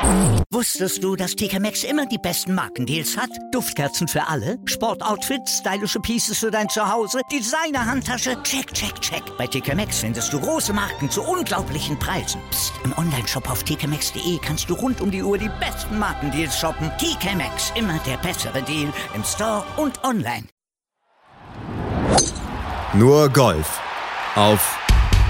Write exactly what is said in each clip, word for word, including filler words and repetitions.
Wusstest du, dass T K Maxx immer die besten Markendeals hat? Duftkerzen für alle, Sportoutfits, stylische Pieces für dein Zuhause, Designer-Handtasche, check, check, check. Bei T K Maxx findest du große Marken zu unglaublichen Preisen. Psst. Im Onlineshop auf t k maxx punkt d e kannst du rund um die Uhr die besten Markendeals shoppen. T K Maxx, immer der bessere Deal im Store und online. Nur Golf auf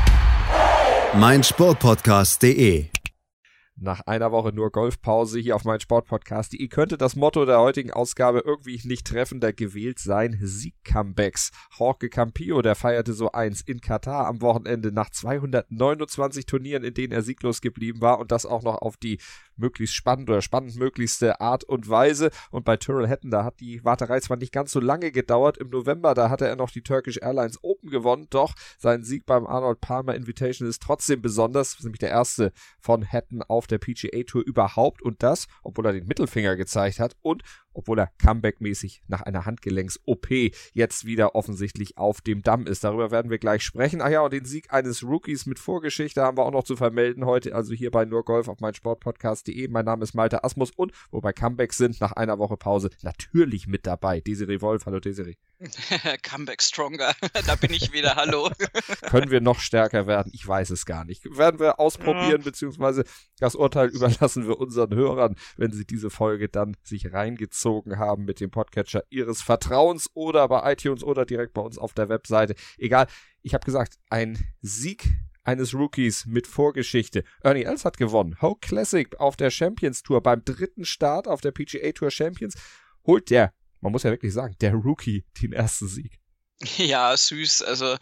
meinsportpodcast punkt de. Nach einer Woche nur Golfpause hier auf meinsportpodcast punkt de könnte das Motto der heutigen Ausgabe irgendwie nicht treffender gewählt sein: Sieg-Comebacks. Jorge Campillo, der feierte so eins in Katar am Wochenende nach zweihundertneunundzwanzig Turnieren, in denen er sieglos geblieben war, und das auch noch auf die möglichst spannend oder spannend möglichste Art und Weise. Und bei Tyrrell Hatton, da hat die Warterei zwar nicht ganz so lange gedauert. Im November, da hatte er noch die Turkish Airlines Open gewonnen, doch sein Sieg beim Arnold Palmer Invitational ist trotzdem besonders. Das ist nämlich der erste von Hatton auf der P G A Tour überhaupt, und das, obwohl er den Mittelfinger gezeigt hat und obwohl er comeback-mäßig nach einer Handgelenks-O P jetzt wieder offensichtlich auf dem Damm ist. Darüber werden wir gleich sprechen. Ach ja, und den Sieg eines Rookies mit Vorgeschichte haben wir auch noch zu vermelden heute, also hier bei Nur Golf auf meinsportpodcast punkt de. Mein Name ist Malte Asmus und wo wir Comebacks sind nach einer Woche Pause, natürlich mit dabei Desiree Wolf. Hallo Desiree. Comeback stronger, da bin ich wieder, hallo. Können wir noch stärker werden? Ich weiß es gar nicht. Werden wir ausprobieren, ja. Beziehungsweise das Urteil überlassen wir unseren Hörern, wenn sie diese Folge dann sich reingezogen haben mit dem Podcatcher ihres Vertrauens oder bei iTunes oder direkt bei uns auf der Webseite. Egal, ich habe gesagt, ein Sieg eines Rookies mit Vorgeschichte. Ernie Els hat gewonnen. Hoke Classic auf der Champions Tour. Beim dritten Start auf der P G A Tour Champions holt der, man muss ja wirklich sagen, der Rookie den ersten Sieg. Ja, süß. Also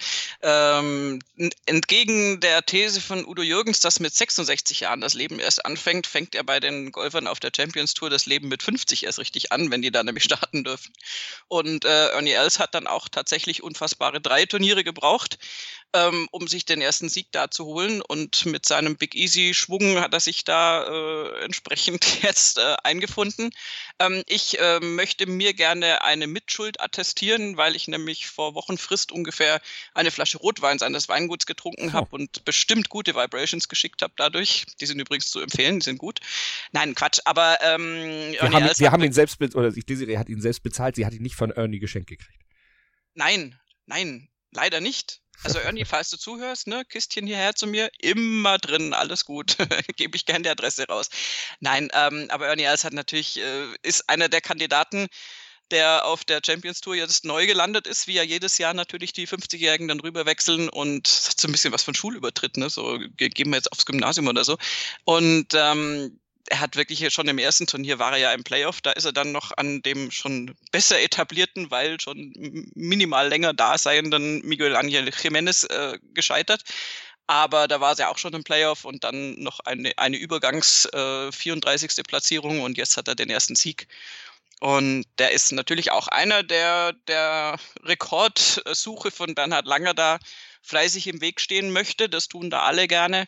ähm, entgegen der These von Udo Jürgens, dass mit sechsundsechzig Jahren das Leben erst anfängt, fängt er bei den Golfern auf der Champions Tour das Leben mit fünfzig erst richtig an, wenn die da nämlich starten dürfen. Und äh, Ernie Els hat dann auch tatsächlich unfassbare drei Turniere gebraucht, ähm, um sich den ersten Sieg da zu holen. Und mit seinem Big Easy Schwung hat er sich da äh, entsprechend jetzt äh, eingefunden. Ähm, ich äh, möchte mir gerne eine Mitschuld attestieren, weil ich nämlich vor Wochenfrist ungefähr eine Flasche Rotwein seines Weinguts getrunken habe oh. und bestimmt gute Vibrations geschickt habe dadurch. Die sind übrigens zu empfehlen, die sind gut. Nein, Quatsch, aber ähm, wir, haben, wir haben ihn selbst, be- oder Desiree hat ihn selbst bezahlt, sie hat ihn nicht von Ernie geschenkt gekriegt. Nein, nein, leider nicht. Also Ernie, falls du zuhörst, ne, Kistchen hierher zu mir, immer drin, alles gut, gebe ich gerne die Adresse raus. Nein, ähm, aber Ernie Els hat natürlich, äh, ist einer der Kandidaten, der auf der Champions Tour jetzt neu gelandet ist, wie ja jedes Jahr natürlich die fünfzigjährigen dann rüber wechseln, und das hat so ein bisschen was von Schulübertritt, ne, so gehen wir jetzt aufs Gymnasium oder so. Und ähm, er hat wirklich schon im ersten Turnier war er ja im Playoff, da ist er dann noch an dem schon besser etablierten, weil schon minimal länger da seienden Miguel Ángel Jiménez äh, gescheitert. Aber da war es ja auch schon im Playoff und dann noch eine, eine Übergangs äh, vierunddreißigste Platzierung, und jetzt hat er den ersten Sieg. Und der ist natürlich auch einer, der der Rekordsuche von Bernhard Langer da fleißig im Weg stehen möchte. Das tun da alle gerne.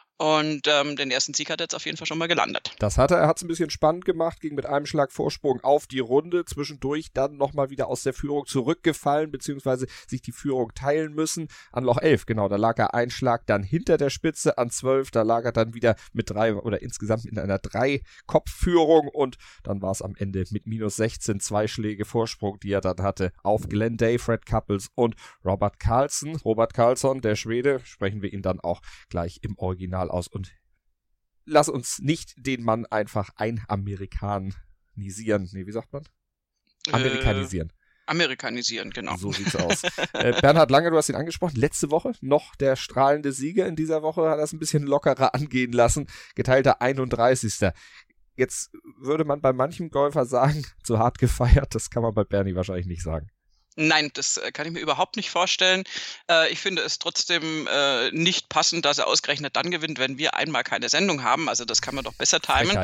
Und ähm, den ersten Sieg hat er jetzt auf jeden Fall schon mal gelandet. Das hat er, er hat es ein bisschen spannend gemacht, ging mit einem Schlag Vorsprung auf die Runde, zwischendurch dann nochmal wieder aus der Führung zurückgefallen, beziehungsweise sich die Führung teilen müssen. An Loch elf, genau, da lag er ein Schlag dann hinter der Spitze, an zwölf, da lag er dann wieder mit drei oder insgesamt in einer drei-Kopf-Führung, und dann war es am Ende mit minus sechzehn zwei Schläge Vorsprung, die er dann hatte, auf Glenn Day, Fred Couples und Robert Karlsson. Robert Karlsson, der Schwede, sprechen wir ihn dann auch gleich im Original aus, und lass uns nicht den Mann einfach einamerikanisieren. Nee, wie sagt man? Amerikanisieren. Äh, amerikanisieren, genau. So sieht's aus. äh, Bernhard Langer, du hast ihn angesprochen, letzte Woche noch der strahlende Sieger. In dieser Woche hat er es ein bisschen lockerer angehen lassen. Geteilter einunddreißigster Jetzt würde man bei manchem Golfer sagen, zu hart gefeiert. Das kann man bei Bernie wahrscheinlich nicht sagen. Nein, das kann ich mir überhaupt nicht vorstellen. Äh, ich finde es trotzdem äh, nicht passend, dass er ausgerechnet dann gewinnt, wenn wir einmal keine Sendung haben. Also das kann man doch besser timen.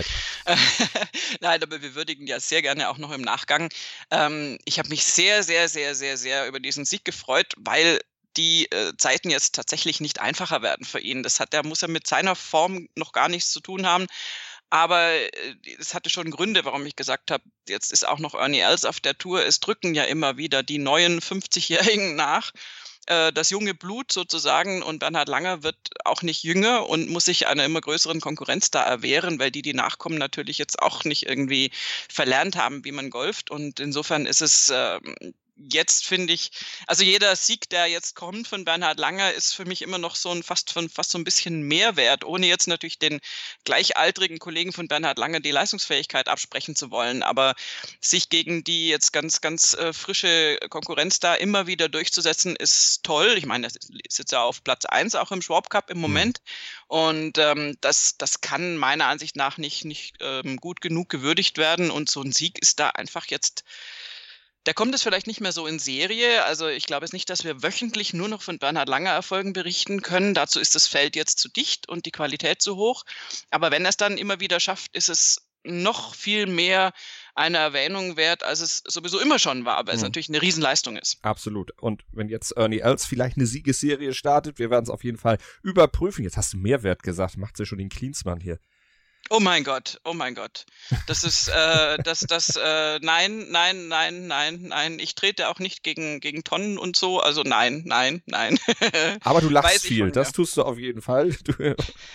Nein, aber wir würdigen ja sehr gerne auch noch im Nachgang. Ähm, ich habe mich sehr, sehr, sehr, sehr, sehr über diesen Sieg gefreut, weil die äh, Zeiten jetzt tatsächlich nicht einfacher werden für ihn. Das hat, da muss er mit seiner Form noch gar nichts zu tun haben. Aber es hatte schon Gründe, warum ich gesagt habe, jetzt ist auch noch Ernie Els auf der Tour. Es drücken ja immer wieder die neuen fünfzigjährigen nach. äh, das junge Blut sozusagen, und Bernhard Langer wird auch nicht jünger und muss sich einer immer größeren Konkurrenz da erwehren, weil die, die nachkommen, natürlich jetzt auch nicht irgendwie verlernt haben, wie man golft, und insofern ist es äh, jetzt, finde ich, also jeder Sieg, der jetzt kommt von Bernhard Langer, ist für mich immer noch so ein fast, von, fast so ein bisschen Mehrwert, ohne jetzt natürlich den gleichaltrigen Kollegen von Bernhard Langer die Leistungsfähigkeit absprechen zu wollen, aber sich gegen die jetzt ganz, ganz äh, frische Konkurrenz da immer wieder durchzusetzen, ist toll. Ich meine, das ist jetzt ja auf Platz eins auch im Schwab Cup im Moment, und ähm, das, das kann meiner Ansicht nach nicht, nicht ähm, gut genug gewürdigt werden, und so ein Sieg ist da einfach jetzt. Da kommt es vielleicht nicht mehr so in Serie. Also ich glaube jetzt nicht, dass wir wöchentlich nur noch von Bernhard Langer Erfolgen berichten können. Dazu ist das Feld jetzt zu dicht und die Qualität zu hoch. Aber wenn er es dann immer wieder schafft, ist es noch viel mehr eine Erwähnung wert, als es sowieso immer schon war, weil es mhm. natürlich eine Riesenleistung ist. Absolut. Und wenn jetzt Ernie Els vielleicht eine Siegesserie startet, wir werden es auf jeden Fall überprüfen. Jetzt hast du Mehrwert gesagt, macht sie schon den Klinsmann hier. Oh mein Gott, oh mein Gott. Das ist, äh, das, das, äh, nein, nein, nein, nein, nein. Ich trete auch nicht gegen, gegen Tonnen und so. Also nein, nein, nein. Aber du lachst viel, das tust du auf jeden Fall. Du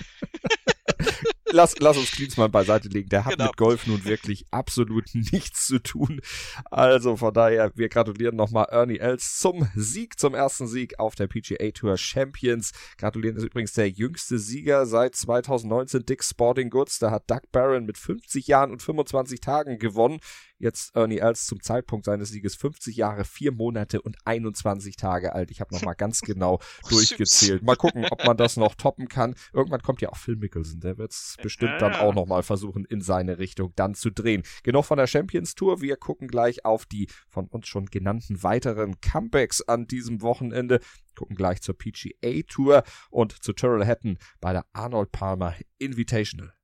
lass, lass uns Klinsmann beiseite legen. Der hat genau. mit Golf nun wirklich absolut nichts zu tun. Also von daher, wir gratulieren nochmal Ernie Els zum Sieg, zum ersten Sieg auf der P G A Tour Champions. Gratulieren ist übrigens der jüngste Sieger seit zweitausendneunzehn, Dick's Sporting Goods. Da hat Doug Barron mit fünfzig Jahren und fünfundzwanzig Tagen gewonnen. Jetzt Ernie Els zum Zeitpunkt seines Sieges fünfzig Jahre, vier Monate und einundzwanzig Tage alt. Ich habe nochmal ganz genau durchgezählt. Mal gucken, ob man das noch toppen kann. Irgendwann kommt ja auch Phil Mickelson. Der wird es bestimmt dann auch nochmal versuchen, in seine Richtung dann zu drehen. Genug von der Champions Tour. Wir gucken gleich auf die von uns schon genannten weiteren Comebacks an diesem Wochenende. Gucken gleich zur P G A Tour und zu Tyrrell Hatton bei der Arnold Palmer Invitational.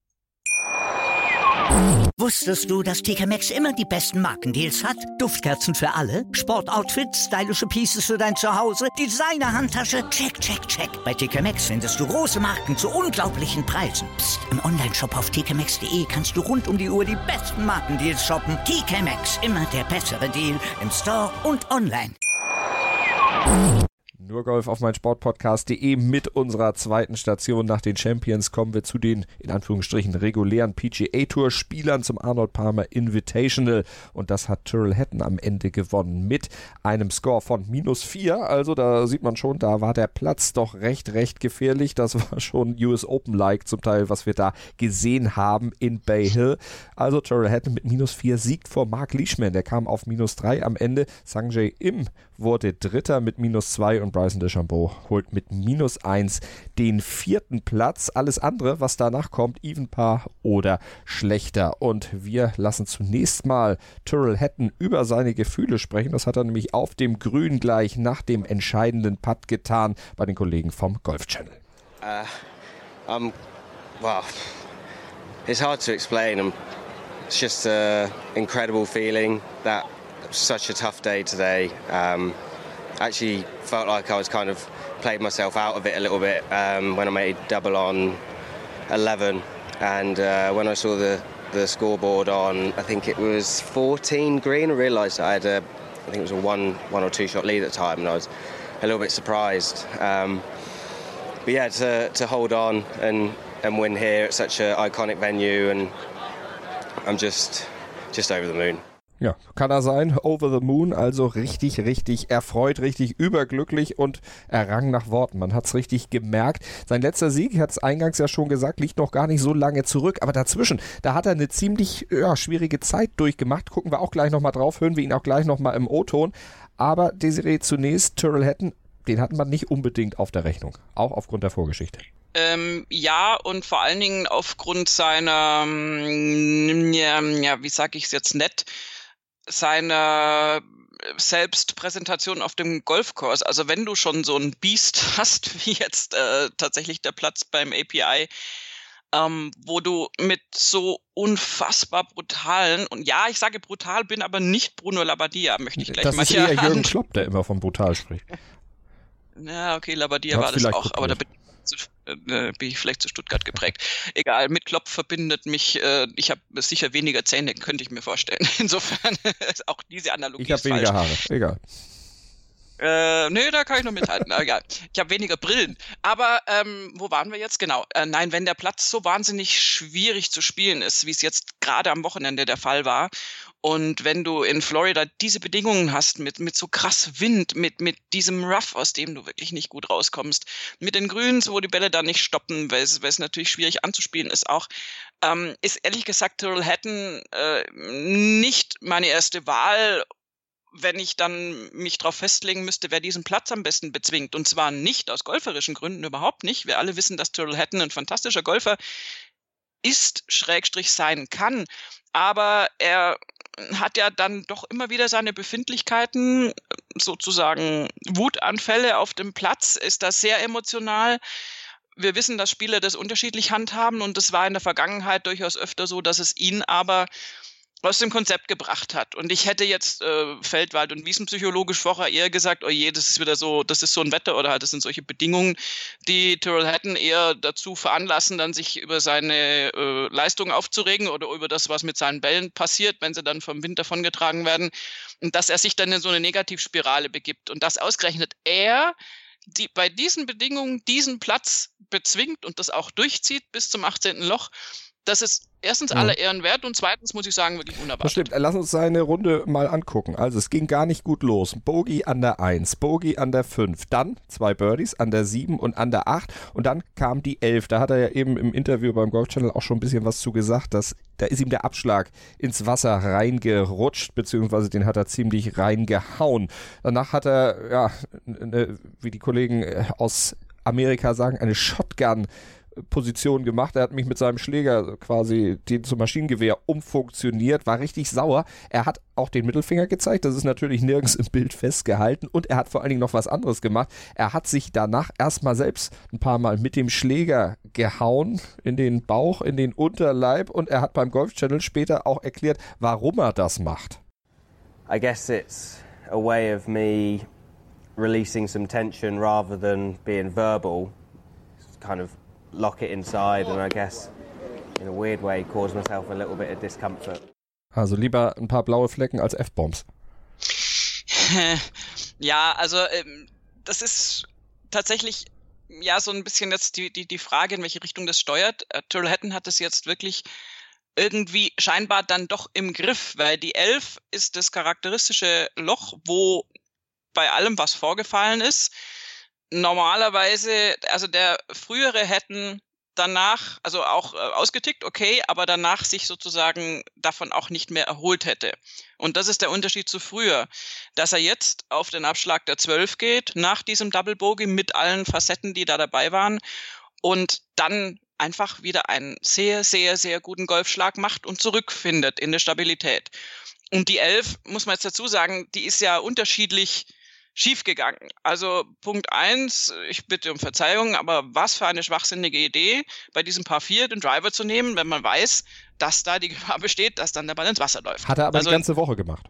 Wusstest du, dass T K Maxx immer die besten Markendeals hat? Duftkerzen für alle, Sportoutfits, stylische Pieces für dein Zuhause, Designer-Handtasche, check, check, check. Bei T K Maxx findest du große Marken zu unglaublichen Preisen. Psst. Im Onlineshop auf t k maxx punkt d e kannst du rund um die Uhr die besten Markendeals shoppen. T K Maxx, immer der bessere Deal im Store und online. Nur Golf auf mein Sportpodcast punkt de. Mit unserer zweiten Station nach den Champions kommen wir zu den, in Anführungsstrichen, regulären P G A Tour Spielern zum Arnold Palmer Invitational, und das hat Tyrrell Hatton am Ende gewonnen mit einem Score von minus vier. Also da sieht man schon, da war der Platz doch recht, recht gefährlich. Das war schon U S Open-like zum Teil, was wir da gesehen haben in Bay Hill. Also Tyrrell Hatton mit minus vier siegt vor Mark Leishman, der kam auf minus drei am Ende. Sungjae Im wurde Dritter mit minus zwei und Bryson DeChambeau holt mit minus eins den vierten Platz. Alles andere, was danach kommt, Evenpaar oder schlechter. Und wir lassen zunächst mal Tyrrell Hatton über seine Gefühle sprechen. Das hat er nämlich auf dem Grün gleich nach dem entscheidenden Putt getan bei den Kollegen vom Golf Channel. Uh, um, well, it's hard to explain. Um, it's just an incredible feeling that such a tough day today. Um, actually felt like I was kind of played myself out of it a little bit um, when I made double on eleven, and uh, when I saw the, the scoreboard on, I think it was fourteen green, I realised I had a, I think it was a one one or two shot lead at the time, and I was a little bit surprised. Um, but yeah, to to hold on and and win here at such an iconic venue, and I'm just just over the moon. Ja, kann er sein, over the moon, also richtig, richtig erfreut, richtig überglücklich und errang nach Worten. Man hat es richtig gemerkt. Sein letzter Sieg, ich hatte es eingangs ja schon gesagt, liegt noch gar nicht so lange zurück, aber dazwischen, da hat er eine ziemlich ja, schwierige Zeit durchgemacht. Gucken wir auch gleich nochmal drauf, hören wir ihn auch gleich nochmal im O-Ton. Aber Desiree, zunächst Tyrrell Hatton, den hat man nicht unbedingt auf der Rechnung, auch aufgrund der Vorgeschichte. Ähm, ja, und vor allen Dingen aufgrund seiner, ja, ja wie sage ich es jetzt nett, seiner Selbstpräsentation auf dem Golfkurs. Also wenn du schon so ein Biest hast, wie jetzt äh, tatsächlich der Platz beim A P I, ähm, wo du mit so unfassbar brutalen, und ja, ich sage brutal, bin aber nicht Bruno Labbadia, möchte ich gleich das mal hier Das ist eher Jürgen Klopp, der immer von brutal spricht. Ja, okay, Labbadia war das auch, aber da bin Zu, äh, bin ich vielleicht zu Stuttgart geprägt. Egal, mit Klopp verbindet mich, äh, ich habe sicher weniger Zähne, könnte ich mir vorstellen. Insofern ist auch diese Analogie Ich habe weniger Haare, egal. Äh, nee, da kann ich noch mithalten. Egal. Ich habe weniger Brillen. Aber ähm, wo waren wir jetzt? Genau. Äh, nein, wenn der Platz so wahnsinnig schwierig zu spielen ist, wie es jetzt gerade am Wochenende der Fall war, und wenn du in Florida diese Bedingungen hast, mit, mit so krass Wind, mit, mit diesem Rough, aus dem du wirklich nicht gut rauskommst, mit den Grüns, wo die Bälle dann nicht stoppen, weil es, weil es natürlich schwierig anzuspielen ist auch, ähm, ist ehrlich gesagt Tyrrell Hatton äh, nicht meine erste Wahl, wenn ich dann mich darauf festlegen müsste, wer diesen Platz am besten bezwingt. Und zwar nicht aus golferischen Gründen, überhaupt nicht. Wir alle wissen, dass Tyrrell Hatton ein fantastischer Golfer ist, Schrägstrich sein kann. Aber er hat ja dann doch immer wieder seine Befindlichkeiten, sozusagen Wutanfälle auf dem Platz, ist das sehr emotional. Wir wissen, dass Spieler das unterschiedlich handhaben und es war in der Vergangenheit durchaus öfter so, dass es ihn aber aus dem Konzept gebracht hat. Und ich hätte jetzt äh, Feldwald- und Wiesenpsychologisch vorher eher gesagt, oh je, das ist wieder so, das ist so ein Wetter oder halt, das sind solche Bedingungen, die Tyrrell Hatton eher dazu veranlassen, dann sich über seine äh, Leistung aufzuregen oder über das, was mit seinen Bällen passiert, wenn sie dann vom Wind davongetragen werden. Und dass er sich dann in so eine Negativspirale begibt. Und dass ausgerechnet er die bei diesen Bedingungen diesen Platz bezwingt und das auch durchzieht bis zum achtzehnten Loch, das ist erstens aller Ehren wert und zweitens muss ich sagen, wirklich unerwartet. Das stimmt. Lass uns seine Runde mal angucken. Also es ging gar nicht gut los. Bogey an der eins, Bogey an der fünf, dann zwei Birdies an der sieben und an der acht und dann kam die elf. Da hat er ja eben im Interview beim Golf Channel auch schon ein bisschen was zu gesagt, dass da ist ihm der Abschlag ins Wasser reingerutscht, beziehungsweise den hat er ziemlich reingehauen. Danach hat er, ja, eine, wie die Kollegen aus Amerika sagen, eine Shotgun Position gemacht. Er hat mich mit seinem Schläger quasi den zum Maschinengewehr umfunktioniert, war richtig sauer. Er hat auch den Mittelfinger gezeigt, das ist natürlich nirgends im Bild festgehalten und er hat vor allen Dingen noch was anderes gemacht. Er hat sich danach erstmal selbst ein paar Mal mit dem Schläger gehauen, in den Bauch, in den Unterleib und er hat beim Golf Channel später auch erklärt, warum er das macht. I guess it's a way of me releasing some tension rather than being verbal. It's kind of lock it inside and I guess in a weird way cause myself a little bit of discomfort. Also lieber ein paar blaue Flecken als F-Bombs. Ja, also ähm, das ist tatsächlich ja so ein bisschen jetzt die, die, die Frage, in welche Richtung das steuert. Äh, Tyrrell Hatton hat es jetzt wirklich irgendwie scheinbar dann doch im Griff, weil die elf ist das charakteristische Loch, wo bei allem, was vorgefallen ist, normalerweise, also der frühere Hatton danach, also auch äh, ausgetickt, okay, aber danach sich sozusagen davon auch nicht mehr erholt hätte. Und das ist der Unterschied zu früher, dass er jetzt auf den Abschlag der zwölf geht, nach diesem Double Bogey mit allen Facetten, die da dabei waren und dann einfach wieder einen sehr, sehr, sehr guten Golfschlag macht und zurückfindet in der Stabilität. Und die elf, muss man jetzt dazu sagen, die ist ja unterschiedlich schiefgegangen. Also Punkt eins, ich bitte um Verzeihung, aber was für eine schwachsinnige Idee, bei diesem Par vier den Driver zu nehmen, wenn man weiß, dass da die Gefahr besteht, dass dann der Ball ins Wasser läuft. Hat er aber also, die ganze Woche gemacht.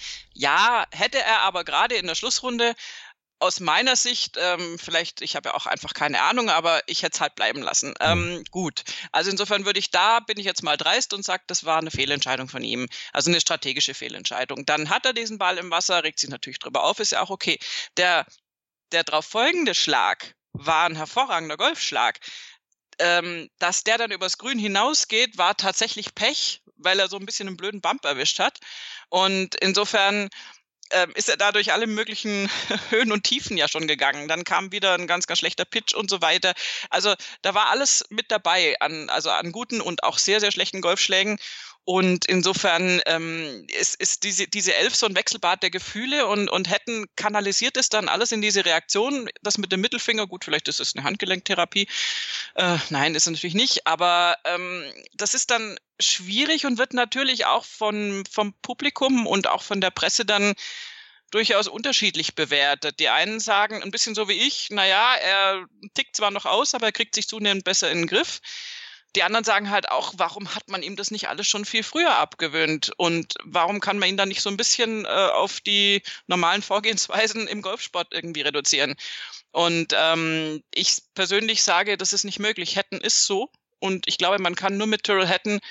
Ja, hätte er aber gerade in der Schlussrunde aus meiner Sicht, ähm, vielleicht, ich habe ja auch einfach keine Ahnung, aber ich hätte es halt bleiben lassen. Ähm, gut, also insofern würde ich da, bin ich jetzt mal dreist und sage, das war eine Fehlentscheidung von ihm, also eine strategische Fehlentscheidung. Dann hat er diesen Ball im Wasser, regt sich natürlich drüber auf, ist ja auch okay. Der, der darauf folgende Schlag war ein hervorragender Golfschlag. Ähm, dass der dann übers Grün hinausgeht, war tatsächlich Pech, weil er so ein bisschen einen blöden Bump erwischt hat. Und insofern Ähm, ist er da durch alle möglichen Höhen und Tiefen ja schon gegangen. Dann kam wieder ein ganz, ganz schlechter Pitch und so weiter. Also da war alles mit dabei, an, also an guten und auch sehr, sehr schlechten Golfschlägen. Und insofern ähm, ist, ist diese, diese Elf so ein Wechselbad der Gefühle und, und Hatton kanalisiert es dann alles in diese Reaktion. Das mit dem Mittelfinger, gut, vielleicht ist es eine Handgelenktherapie. Äh, nein, ist es natürlich nicht. Aber ähm, das ist dann schwierig und wird natürlich auch von, vom Publikum und auch von der Presse dann durchaus unterschiedlich bewertet. Die einen sagen, ein bisschen so wie ich, naja, er tickt zwar noch aus, aber er kriegt sich zunehmend besser in den Griff. Die anderen sagen halt auch, warum hat man ihm das nicht alles schon viel früher abgewöhnt und warum kann man ihn dann nicht so ein bisschen äh, auf die normalen Vorgehensweisen im Golfsport irgendwie reduzieren? Und ähm, ich persönlich sage, das ist nicht möglich. Hatton ist so und ich glaube, man kann nur mit Tyrrell Hatton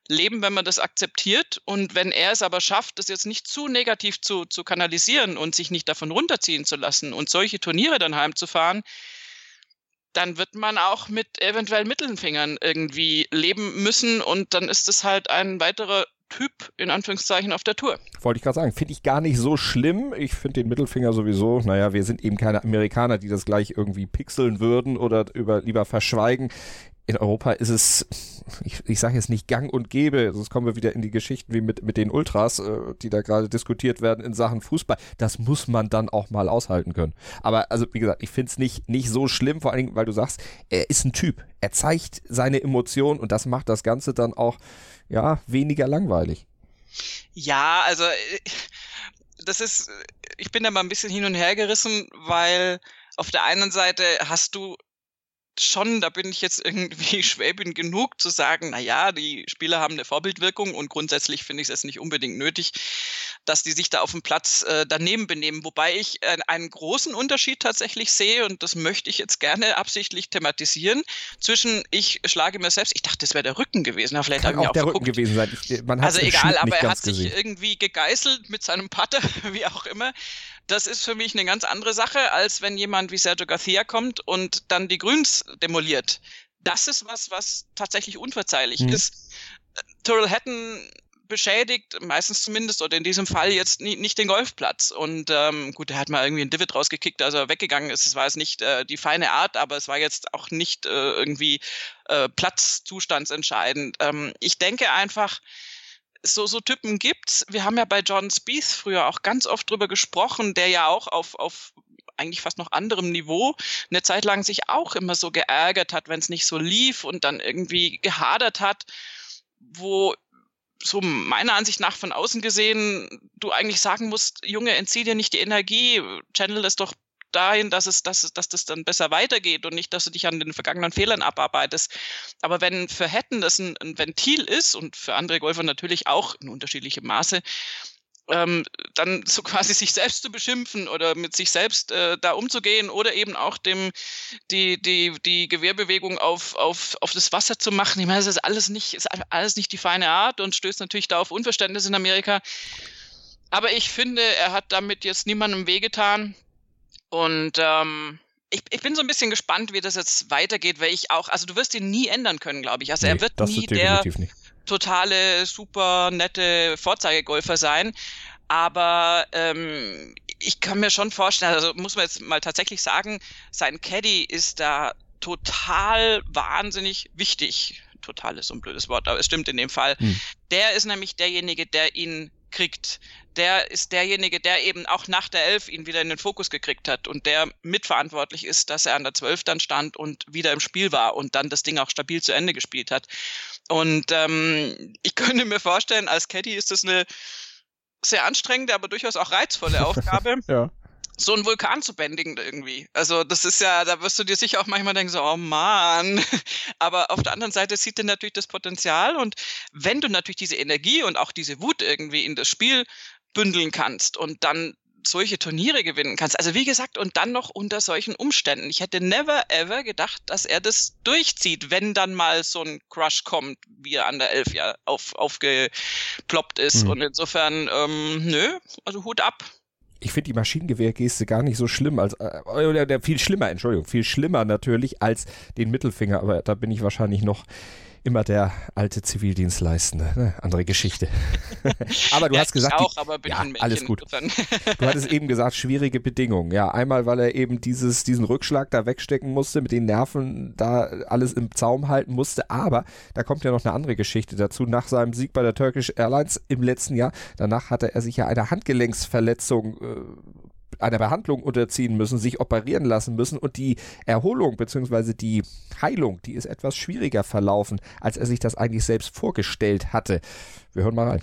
leben, wenn man das akzeptiert. Und wenn er es aber schafft, das jetzt nicht zu negativ zu, zu kanalisieren und sich nicht davon runterziehen zu lassen und solche Turniere dann heimzufahren, dann wird man auch mit eventuell Mittelfingern irgendwie leben müssen. Und dann ist es halt ein weiterer Typ, in Anführungszeichen, auf der Tour. Wollte ich gerade sagen, finde ich gar nicht so schlimm. Ich finde den Mittelfinger sowieso, naja, wir sind eben keine Amerikaner, die das gleich irgendwie pixeln würden oder über, lieber verschweigen. In Europa ist es, ich, ich sage jetzt nicht gang und gäbe, sonst kommen wir wieder in die Geschichten wie mit, mit den Ultras, äh, die da gerade diskutiert werden in Sachen Fußball. Das muss man dann auch mal aushalten können. Aber also wie gesagt, ich finde es nicht, nicht so schlimm, vor allen Dingen, weil du sagst, er ist ein Typ. Er zeigt seine Emotionen und das macht das Ganze dann auch ja weniger langweilig. Ja, also das ist, ich bin da mal ein bisschen hin und her gerissen, weil auf der einen Seite hast du schon, da bin ich jetzt irgendwie Schwäbin genug zu sagen, naja, die Spieler haben eine Vorbildwirkung und grundsätzlich finde ich es jetzt nicht unbedingt nötig, dass die sich da auf dem Platz äh, daneben benehmen. Wobei ich äh, einen großen Unterschied tatsächlich sehe und das möchte ich jetzt gerne absichtlich thematisieren, zwischen ich schlage mir selbst, ich dachte, das wäre der Rücken gewesen, ja, vielleicht Kann habe ich auch auch der verguckt. Rücken gewesen sein. Ich, man also egal, aber er hat gesehen. sich irgendwie gegeißelt mit seinem Putter, wie auch immer. Das ist für mich eine ganz andere Sache, als wenn jemand wie Sergio Garcia kommt und dann die Grüns demoliert. Das ist was, was tatsächlich unverzeihlich mhm. ist. Tyrrell Hatton beschädigt, meistens zumindest, oder in diesem Fall jetzt nie, nicht den Golfplatz. Und ähm, gut, er hat mal irgendwie einen Divot rausgekickt, als er weggegangen ist. Es war jetzt nicht äh, die feine Art, aber es war jetzt auch nicht äh, irgendwie äh, platzzustandsentscheidend. Ähm, ich denke einfach, So, so Typen gibt's. Wir haben ja bei Jordan Spieth früher auch ganz oft drüber gesprochen, der ja auch auf, auf eigentlich fast noch anderem Niveau eine Zeit lang sich auch immer so geärgert hat, wenn es nicht so lief und dann irgendwie gehadert hat, wo so meiner Ansicht nach von außen gesehen du eigentlich sagen musst, Junge, entzieh dir nicht die Energie, channel das doch dahin, dass es, dass, dass das dann besser weitergeht und nicht, dass du dich an den vergangenen Fehlern abarbeitest. Aber wenn für Hatton das ein, ein Ventil ist und für andere Golfer natürlich auch in unterschiedlichem Maße, ähm, dann so quasi sich selbst zu beschimpfen oder mit sich selbst äh, da umzugehen oder eben auch dem die die die Gewehrbewegung auf auf auf das Wasser zu machen. Ich meine, das ist alles nicht ist alles nicht die feine Art und stößt natürlich da auf Unverständnis in Amerika. Aber ich finde, er hat damit jetzt niemandem wehgetan. Und ähm, ich, ich bin so ein bisschen gespannt, wie das jetzt weitergeht, weil ich auch, also du wirst ihn nie ändern können, glaube ich. Also nee, er wird nie der nicht. totale, super nette Vorzeigegolfer sein. Aber ähm, ich kann mir schon vorstellen, also muss man jetzt mal tatsächlich sagen, sein Caddy ist da total wahnsinnig wichtig. Total ist so ein blödes Wort, aber es stimmt in dem Fall. Hm. Der ist nämlich derjenige, der ihn kriegt. Der ist derjenige, der eben auch nach der Elf ihn wieder in den Fokus gekriegt hat und der mitverantwortlich ist, dass er an der Zwölf dann stand und wieder im Spiel war und dann das Ding auch stabil zu Ende gespielt hat. Und ähm, ich könnte mir vorstellen, als Caddy ist das eine sehr anstrengende, aber durchaus auch reizvolle Aufgabe. Ja. So einen Vulkan zu bändigen irgendwie. Also das ist ja, da wirst du dir sicher auch manchmal denken, so, oh Mann. Aber auf der anderen Seite sieht er natürlich das Potenzial und wenn du natürlich diese Energie und auch diese Wut irgendwie in das Spiel bündeln kannst und dann solche Turniere gewinnen kannst, also wie gesagt, und dann noch unter solchen Umständen. Ich hätte never ever gedacht, dass er das durchzieht, wenn dann mal so ein Crush kommt, wie er an der Elf ja auf, aufgeploppt ist. Mhm. Und insofern, ähm, nö, also Hut ab. Ich finde die Maschinengewehrgeste gar nicht so schlimm, als äh, oder viel schlimmer, Entschuldigung, viel schlimmer natürlich als den Mittelfinger, aber da bin ich wahrscheinlich noch immer der alte Zivildienstleistende, ne? Andere Geschichte. Aber du ja, hast gesagt, ich auch, aber bin ja, ein alles gut. Du hattest eben gesagt, schwierige Bedingungen. Ja, einmal, weil er eben dieses, diesen Rückschlag da wegstecken musste, mit den Nerven da alles im Zaum halten musste. Aber da kommt ja noch eine andere Geschichte dazu. Nach seinem Sieg bei der Turkish Airlines im letzten Jahr, danach hatte er sich ja eine Handgelenksverletzung äh, einer Behandlung unterziehen müssen, sich operieren lassen müssen und die Erholung bzw. die Heilung, die ist etwas schwieriger verlaufen, als er sich das eigentlich selbst vorgestellt hatte. Wir hören mal rein.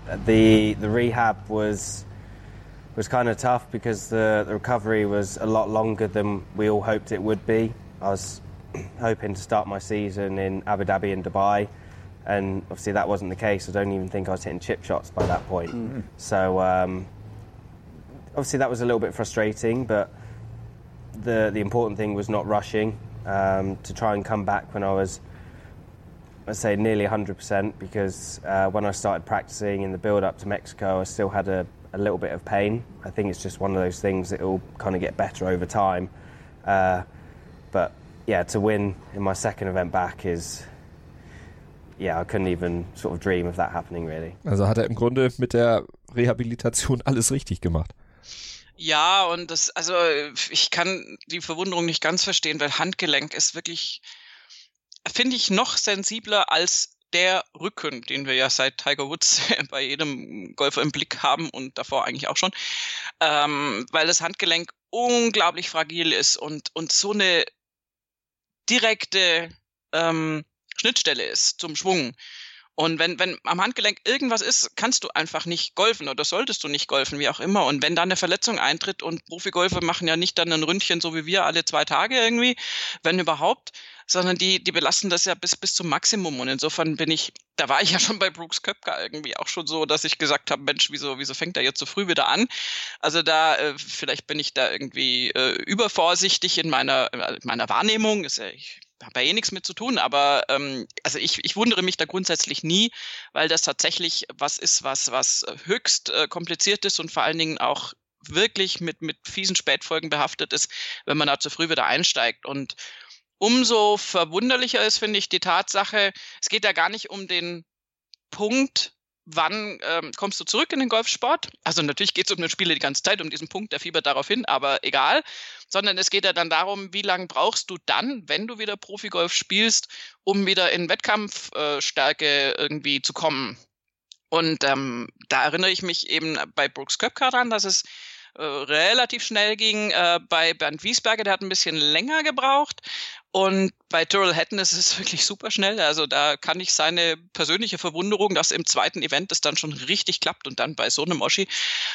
The the rehab was was kind of tough because the, the recovery was a lot longer than we all hoped it would be. I was hoping to start my season in Abu Dhabi and Dubai, and obviously that wasn't the case. I don't even think I was hitting chip shots by that point. Mm-hmm. So um, obviously that was a little bit frustrating, but the the important thing was not rushing, um, to try and come back when I was I'd say nearly one hundred percent because uh, when I started practicing in the build-up to Mexico, I still had a, a little bit of pain. I think it's just one of those things that will kind of get better over time. Uh, but yeah, to win in my second event back is, yeah, I couldn't even sort of dream of that happening really. Also hat er im Grunde mit der Rehabilitation alles richtig gemacht. Ja, und das, also ich kann die Verwunderung nicht ganz verstehen, weil Handgelenk ist wirklich, finde ich, noch sensibler als der Rücken, den wir ja seit Tiger Woods bei jedem Golfer im Blick haben und davor eigentlich auch schon, ähm, weil das Handgelenk unglaublich fragil ist und, und so eine direkte ähm, Schnittstelle ist zum Schwung. Und wenn, wenn am Handgelenk irgendwas ist, kannst du einfach nicht golfen oder solltest du nicht golfen, wie auch immer. Und wenn da eine Verletzung eintritt und Profigolfer machen ja nicht dann ein Ründchen so wie wir alle zwei Tage irgendwie, wenn überhaupt, sondern die, die belasten das ja bis, bis zum Maximum. Und insofern bin ich, da war ich ja schon bei Brooks Koepka irgendwie auch schon so, dass ich gesagt habe, Mensch, wieso, wieso fängt er jetzt so früh wieder an? Also da, äh, vielleicht bin ich da irgendwie äh, übervorsichtig in meiner, in meiner Wahrnehmung. Ist ja, ich habe ja eh nichts mit zu tun, aber ähm, also ich, ich wundere mich da grundsätzlich nie, weil das tatsächlich was ist, was, was höchst äh, kompliziert ist und vor allen Dingen auch wirklich mit, mit fiesen Spätfolgen behaftet ist, wenn man da zu früh wieder einsteigt. Und umso verwunderlicher ist, finde ich, die Tatsache, es geht ja gar nicht um den Punkt, wann ähm, kommst du zurück in den Golfsport? Also natürlich geht es um den Spieler die ganze Zeit, um diesen Punkt, der fiebert darauf hin, aber egal. Sondern es geht ja dann darum, wie lange brauchst du dann, wenn du wieder Profigolf spielst, um wieder in Wettkampfstärke äh, irgendwie zu kommen. Und ähm, da erinnere ich mich eben bei Brooks Koepka dran, dass es äh, relativ schnell ging. Äh, bei Bernd Wiesberger, der hat ein bisschen länger gebraucht. Und bei Tyrrell Hatton ist es wirklich super schnell. Also da kann ich seine persönliche Verwunderung, dass im zweiten Event das dann schon richtig klappt und dann bei so einem Oschi,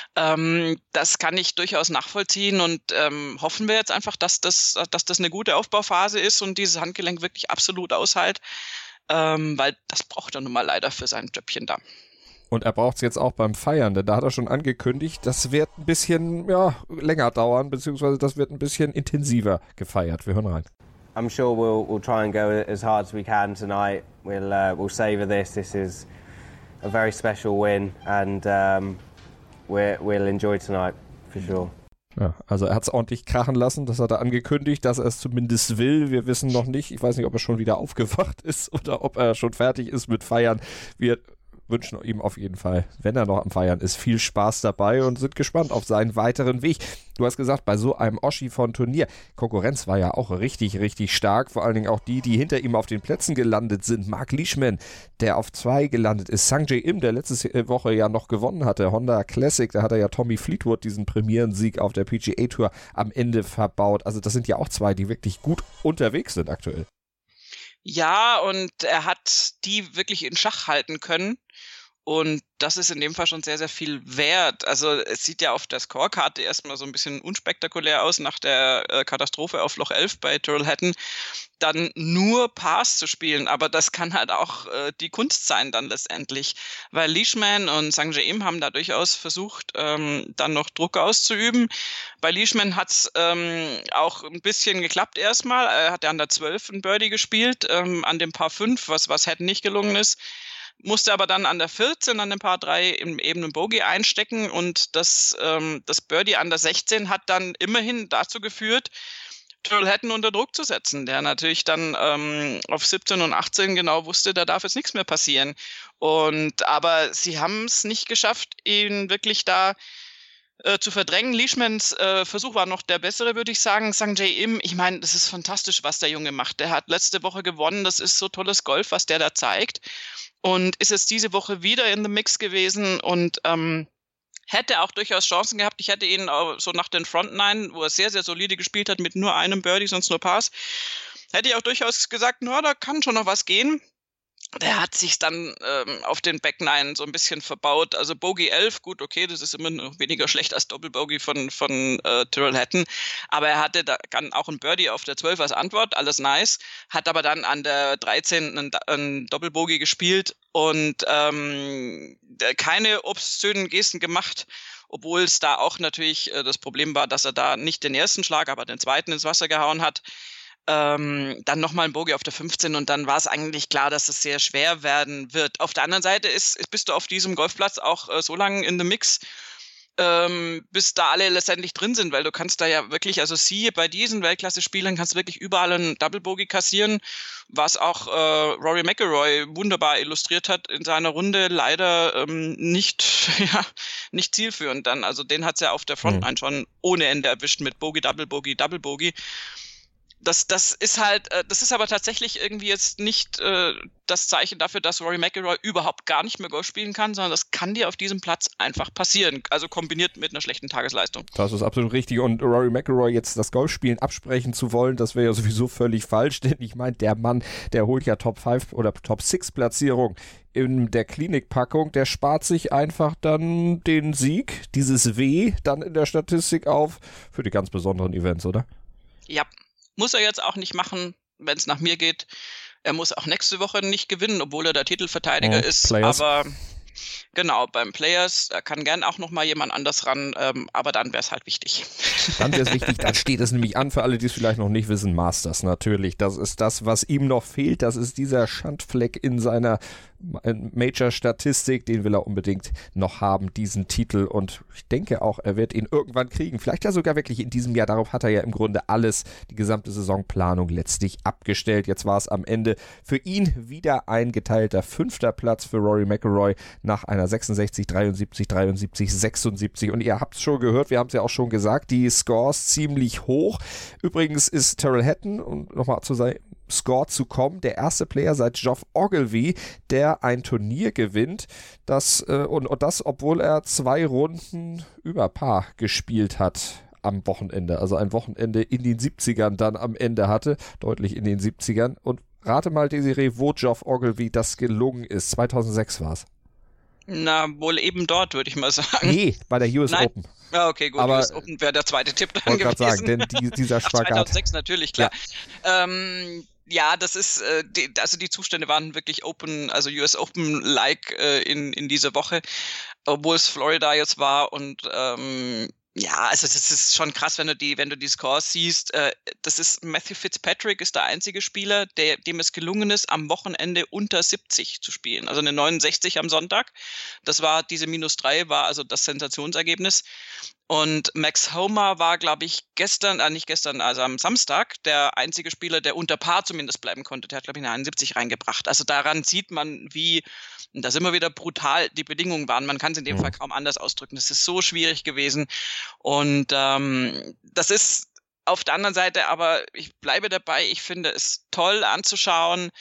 ähm, das kann ich durchaus nachvollziehen und ähm, hoffen wir jetzt einfach, dass das, dass das eine gute Aufbauphase ist und dieses Handgelenk wirklich absolut aushält, ähm, weil das braucht er nun mal leider für sein Jöppchen da. Und er braucht es jetzt auch beim Feiern, denn da hat er schon angekündigt, das wird ein bisschen ja, länger dauern, beziehungsweise das wird ein bisschen intensiver gefeiert. Wir hören rein. I'm sure we'll we'll try and go as hard as we can tonight. We'll uh, we'll savor this. This is a very special win, and um, we're, we'll enjoy tonight for sure. Ja, also er hat es ordentlich krachen lassen, das hat er angekündigt, dass er es zumindest will. Wir wissen noch nicht, ich weiß nicht, ob er schon wieder aufgewacht ist oder ob er schon fertig ist mit Feiern. Wir wünschen ihm auf jeden Fall, wenn er noch am Feiern ist, viel Spaß dabei und sind gespannt auf seinen weiteren Weg. Du hast gesagt, bei so einem Oschi von Turnier, Konkurrenz war ja auch richtig, richtig stark, vor allen Dingen auch die, die hinter ihm auf den Plätzen gelandet sind. Mark Leishman, der auf zwei gelandet ist, Sungjae Im, der letzte Woche ja noch gewonnen hatte, Honda Classic, da hat er ja Tommy Fleetwood diesen Premierensieg auf der P G A Tour am Ende verbaut. Also das sind ja auch zwei, die wirklich gut unterwegs sind aktuell. Ja, und er hat die wirklich in Schach halten können. Und das ist in dem Fall schon sehr, sehr viel wert. Also es sieht ja auf der Scorekarte erstmal so ein bisschen unspektakulär aus nach der äh, Katastrophe auf Loch elf bei Tyrrell Hatton, dann nur Pars zu spielen. Aber das kann halt auch äh, die Kunst sein dann letztendlich. Weil Leishman und Sungjae Im haben da durchaus versucht, ähm, dann noch Druck auszuüben. Bei Leishman hat es ähm, auch ein bisschen geklappt erstmal. Er hat ja an der zwölf ein Birdie gespielt, ähm, an dem Par fünf, was, was Hatton nicht gelungen ist. Musste aber dann an der vierzehn, an dem Par drei im eben einen Bogey einstecken und das, ähm, das Birdie an der sechzehn hat dann immerhin dazu geführt, Tyrrell Hatton unter Druck zu setzen, der natürlich dann ähm, auf siebzehn und achtzehn genau wusste, da darf jetzt nichts mehr passieren. Und aber sie haben es nicht geschafft, ihn wirklich da äh, zu verdrängen. Leishmans äh, Versuch war noch der bessere, würde ich sagen. Sungjae Im, ich meine, das ist fantastisch, was der Junge macht. Der hat letzte Woche gewonnen, das ist so tolles Golf, was der da zeigt. Und ist jetzt diese Woche wieder in the Mix gewesen und ähm, hätte auch durchaus Chancen gehabt. Ich hätte ihn auch so nach den Front Nine, wo er sehr, sehr solide gespielt hat, mit nur einem Birdie, sonst nur Pars, hätte ich auch durchaus gesagt, na, da kann schon noch was gehen. Der hat sich dann ähm, auf den Back Nine so ein bisschen verbaut. Also Bogey elf, gut, okay, das ist immer noch weniger schlecht als Doppelbogey von, von äh, Tyrrell Hatton. Aber er hatte da dann auch ein Birdie auf der zwölf als Antwort, alles nice. Hat aber dann an der dreizehn einen, einen Doppelbogey gespielt und ähm, keine obszönen Gesten gemacht. Obwohl es da auch natürlich äh, das Problem war, dass er da nicht den ersten Schlag, aber den zweiten ins Wasser gehauen hat. Ähm, dann nochmal ein Bogey auf der fünfzehn und dann war es eigentlich klar, dass es sehr schwer werden wird. Auf der anderen Seite ist, bist du auf diesem Golfplatz auch äh, so lange in the Mix, ähm, bis da alle letztendlich drin sind, weil du kannst da ja wirklich, also siehe, bei diesen Weltklasse-Spielern kannst du wirklich überall einen Double Bogey kassieren, was auch äh, Rory McIlroy wunderbar illustriert hat in seiner Runde, leider ähm, nicht, ja, nicht zielführend dann. Also den hat es ja auf der Frontline mhm. schon ohne Ende erwischt mit Bogey, Double Bogey, Double Bogey. Das, das ist halt, äh, das ist aber tatsächlich irgendwie jetzt nicht äh, das Zeichen dafür, dass Rory McIlroy überhaupt gar nicht mehr Golf spielen kann, sondern das kann dir auf diesem Platz einfach passieren. Also kombiniert mit einer schlechten Tagesleistung. Das ist absolut richtig. Und Rory McIlroy jetzt das Golfspielen absprechen zu wollen, das wäre ja sowieso völlig falsch, denn ich meine, der Mann, der holt ja Top fünf oder Top sechs Platzierung in der Klinikpackung, der spart sich einfach dann den Sieg, dieses W, dann in der Statistik auf für die ganz besonderen Events, oder? Ja. Muss er jetzt auch nicht machen, wenn es nach mir geht. Er muss auch nächste Woche nicht gewinnen, obwohl er der Titelverteidiger oh, ist. Players. Aber genau, beim Players, da kann gern auch nochmal jemand anders ran, ähm, aber dann wäre es halt wichtig. Dann wäre es wichtig, dann steht es nämlich an, für alle, die es vielleicht noch nicht wissen, Masters natürlich. Das ist das, was ihm noch fehlt. Das ist dieser Schandfleck in seiner Major-Statistik, den will er unbedingt noch haben, diesen Titel, und ich denke auch, er wird ihn irgendwann kriegen, vielleicht ja sogar wirklich in diesem Jahr. Darauf hat er ja im Grunde alles, die gesamte Saisonplanung letztlich abgestellt. Jetzt war es am Ende für ihn wieder ein geteilter fünfter Platz für Rory McIlroy nach einer sechsundsechzig, dreiundsiebzig, dreiundsiebzig, sechsundsiebzig, und ihr habt es schon gehört, wir haben es ja auch schon gesagt, die Scores ziemlich hoch. Übrigens ist Tyrrell Hatton, und nochmal zu sein Score zu kommen, der erste Player seit Geoff Ogilvy, der ein Turnier gewinnt, das, äh, und, und das, obwohl er zwei Runden über Par gespielt hat am Wochenende, also ein Wochenende in den siebzigern dann am Ende hatte, deutlich in den siebzigern, und rate mal, Desiree, wo Geoff Ogilvy das gelungen ist, zweitausendsechs war es. Na, wohl eben dort, würde ich mal sagen. Nee, bei der U S Nein. Open. Ja, okay, gut, aber U S Open wäre der zweite Tipp dann gewesen. gewesen. Sagen, denn die, dieser Spagat. Ach, zweitausendsechs natürlich, klar. Ja. Ähm, ja, das ist, äh, die, also die Zustände waren wirklich Open, also U S Open-like äh, in, in dieser Woche, obwohl es Florida jetzt war, und ähm, ja, also das ist schon krass, wenn du die, wenn du die Scores siehst. Äh, das ist Matthew Fitzpatrick ist der einzige Spieler, der, dem es gelungen ist, am Wochenende unter siebzig zu spielen. Also eine neunundsechzig am Sonntag. Das war diese minus drei, war also das Sensationsergebnis. Und Max Homa war, glaube ich, gestern, äh, nicht gestern, also am Samstag, der einzige Spieler, der unter Par zumindest bleiben konnte. Der hat, glaube ich, eine einundsiebzig reingebracht. Also daran sieht man, wie, das immer wieder brutal die Bedingungen waren. Man kann es in dem mhm. Fall kaum anders ausdrücken. Das ist so schwierig gewesen. Und ähm, das ist auf der anderen Seite, aber ich bleibe dabei, ich finde es toll anzuschauen,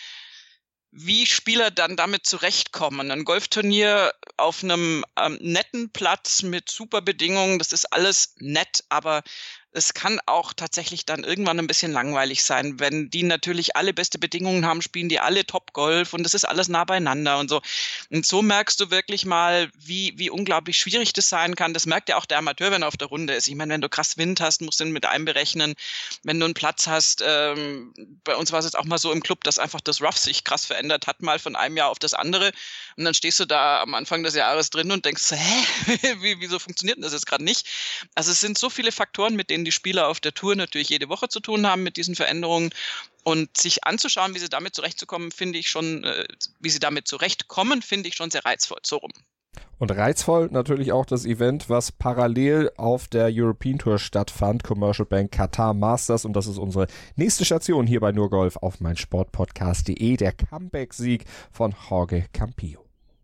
wie Spieler dann damit zurechtkommen. Ein Golfturnier auf einem ähm, netten Platz mit super Bedingungen, das ist alles nett, aber es kann auch tatsächlich dann irgendwann ein bisschen langweilig sein, wenn die natürlich alle beste Bedingungen haben, spielen die alle Top-Golf und das ist alles nah beieinander und so. Und so merkst du wirklich mal, wie, wie unglaublich schwierig das sein kann. Das merkt ja auch der Amateur, wenn er auf der Runde ist. Ich meine, wenn du krass Wind hast, musst du ihn mit einberechnen. Wenn du einen Platz hast, ähm, bei uns war es jetzt auch mal so im Club, dass einfach das Rough sich krass verändert hat, mal von einem Jahr auf das andere. Und dann stehst du da am Anfang des Jahres drin und denkst, hä, wie, wieso funktioniert denn das jetzt gerade nicht? Also es sind so viele Faktoren, mit denen die Spieler auf der Tour natürlich jede Woche zu tun haben mit diesen Veränderungen, und sich anzuschauen, wie sie damit zurechtzukommen, finde ich schon, äh, wie sie damit zurechtkommen, finde ich schon sehr reizvoll, so rum. Und reizvoll natürlich auch das Event, was parallel auf der European Tour stattfand, Commercial Bank Qatar Masters, und das ist unsere nächste Station hier bei Nur Golf auf meinsportpodcast punkt de, der Comeback-Sieg von Jorge Campillo.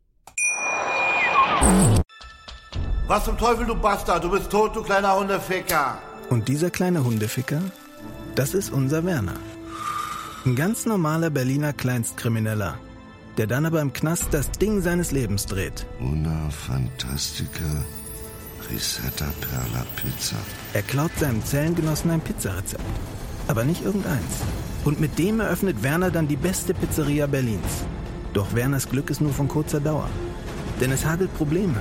Was zum Teufel, du Bastard, du bist tot, du kleiner Hundeficker. Und dieser kleine Hundeficker, das ist unser Werner. Ein ganz normaler Berliner Kleinstkrimineller, der dann aber im Knast das Ding seines Lebens dreht. Una Fantastica Risetta Perla Pizza. Er klaut seinem Zellengenossen ein Pizzarezept, aber nicht irgendeins. Und mit dem eröffnet Werner dann die beste Pizzeria Berlins. Doch Werners Glück ist nur von kurzer Dauer, denn es hagelt Probleme.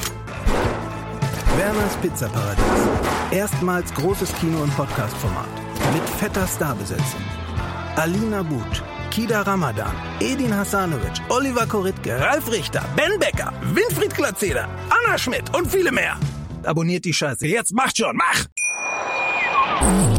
Werners Pizzaparadies. Erstmals großes Kino- und Podcast-Format. Mit fetter Starbesetzung. Alina But, Kida Ramadan, Edin Hasanovic, Oliver Koritke, Ralf Richter, Ben Becker, Winfried Glatzeder, Anna Schmidt und viele mehr. Abonniert die Scheiße. Jetzt macht schon, mach!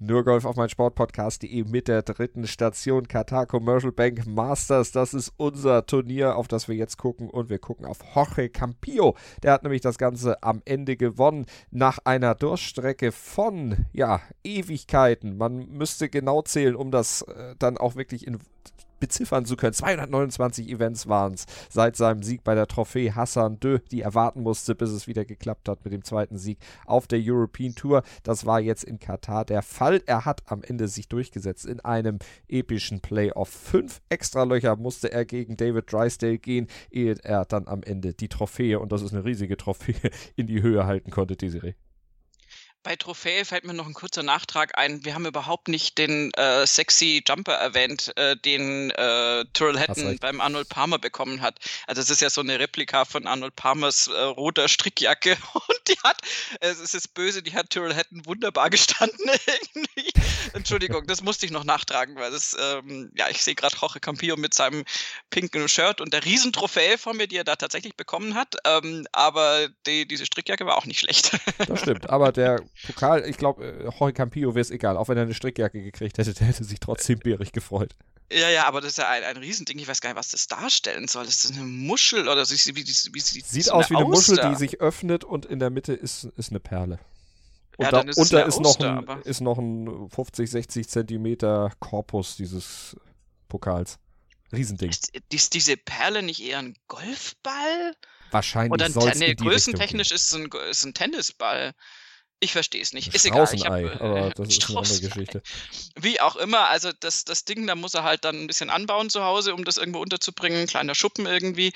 Nur Golf auf mein Sportpodcast.de mit der dritten Station Qatar Commercial Bank Masters. Das ist unser Turnier, auf das wir jetzt gucken, und wir gucken auf Jorge Campillo. Der hat nämlich das Ganze am Ende gewonnen nach einer Durchstrecke von, ja, Ewigkeiten. Man müsste genau zählen, um das äh, dann auch wirklich in beziffern zu können. zweihundertneunundzwanzig Events waren es seit seinem Sieg bei der Trophäe Hassan Dö, die er warten musste, bis es wieder geklappt hat mit dem zweiten Sieg auf der European Tour. Das war jetzt in Katar der Fall. Er hat am Ende sich durchgesetzt in einem epischen Playoff. Fünf Extralöcher musste er gegen David Drysdale gehen, ehe er dann am Ende die Trophäe, und das ist eine riesige Trophäe, in die Höhe halten konnte, Desiree. Bei Trophäe fällt mir noch ein kurzer Nachtrag ein. Wir haben überhaupt nicht den äh, sexy Jumper erwähnt, äh, den äh, Tyrrell Hatton beim Arnold Palmer bekommen hat. Also es ist ja so eine Replika von Arnold Palmers äh, roter Strickjacke, und die hat, äh, es ist böse, die hat Tyrrell Hatton wunderbar gestanden irgendwie. Entschuldigung, das musste ich noch nachtragen, weil das, ähm, ja, ich sehe gerade Jorge Campillo mit seinem pinken Shirt und der Riesentrophäe vor mir, die er da tatsächlich bekommen hat, ähm, aber die, diese Strickjacke war auch nicht schlecht. Das stimmt, aber der Pokal, ich glaube, Jorge Campillo wäre es egal, auch wenn er eine Strickjacke gekriegt hätte, der hätte sich trotzdem bärig gefreut. Ja, ja, aber das ist ja ein, ein Riesending. Ich weiß gar nicht, was das darstellen soll. Ist das eine Muschel oder so, wie, wie, wie sieht Sieht so aus wie eine Muschel, Auster? die sich öffnet, und in der Mitte ist, ist eine Perle. Und Ja, da, dann ist es unter eine ist, noch Auster, ein, aber- ist noch ein fünfzig, sechzig Zentimeter Korpus dieses Pokals. Riesending. Ist, ist diese Perle nicht eher ein Golfball? Wahrscheinlich Oder ein soll es Tennis? in die Richtung Größentechnisch ist es ein, ist ein Tennisball. Ich verstehe es nicht. gehen. Ist egal. Ich Straußenei, hab, aber das ist eine andere Straußenei. Geschichte. Wie auch immer, also das, das Ding, da muss er halt dann ein bisschen anbauen zu Hause, um das irgendwo unterzubringen, ein kleiner Schuppen irgendwie.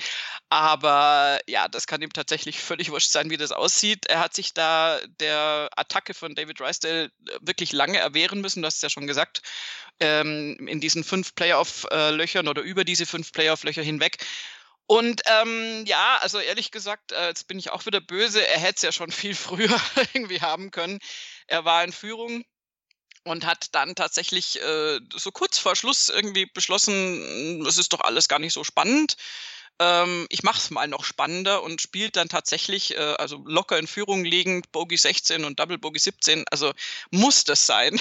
Aber ja, das kann ihm tatsächlich völlig wurscht sein, wie das aussieht. Er hat sich da der Attacke von David Drysdale wirklich lange erwehren müssen, du hast es ja schon gesagt, ähm, in diesen fünf Playoff-Löchern oder über diese fünf Playoff-Löcher hinweg. Und ähm, ja, also ehrlich gesagt, äh, jetzt bin ich auch wieder böse, er hätte es ja schon viel früher irgendwie haben können. Er war in Führung und hat dann tatsächlich äh, so kurz vor Schluss irgendwie beschlossen, es ist doch alles gar nicht so spannend. Ähm, ich mache es mal noch spannender und spielt dann tatsächlich, äh, also locker in Führung liegend, Bogey sechzehn und Double Bogey siebzehn. Also muss das sein,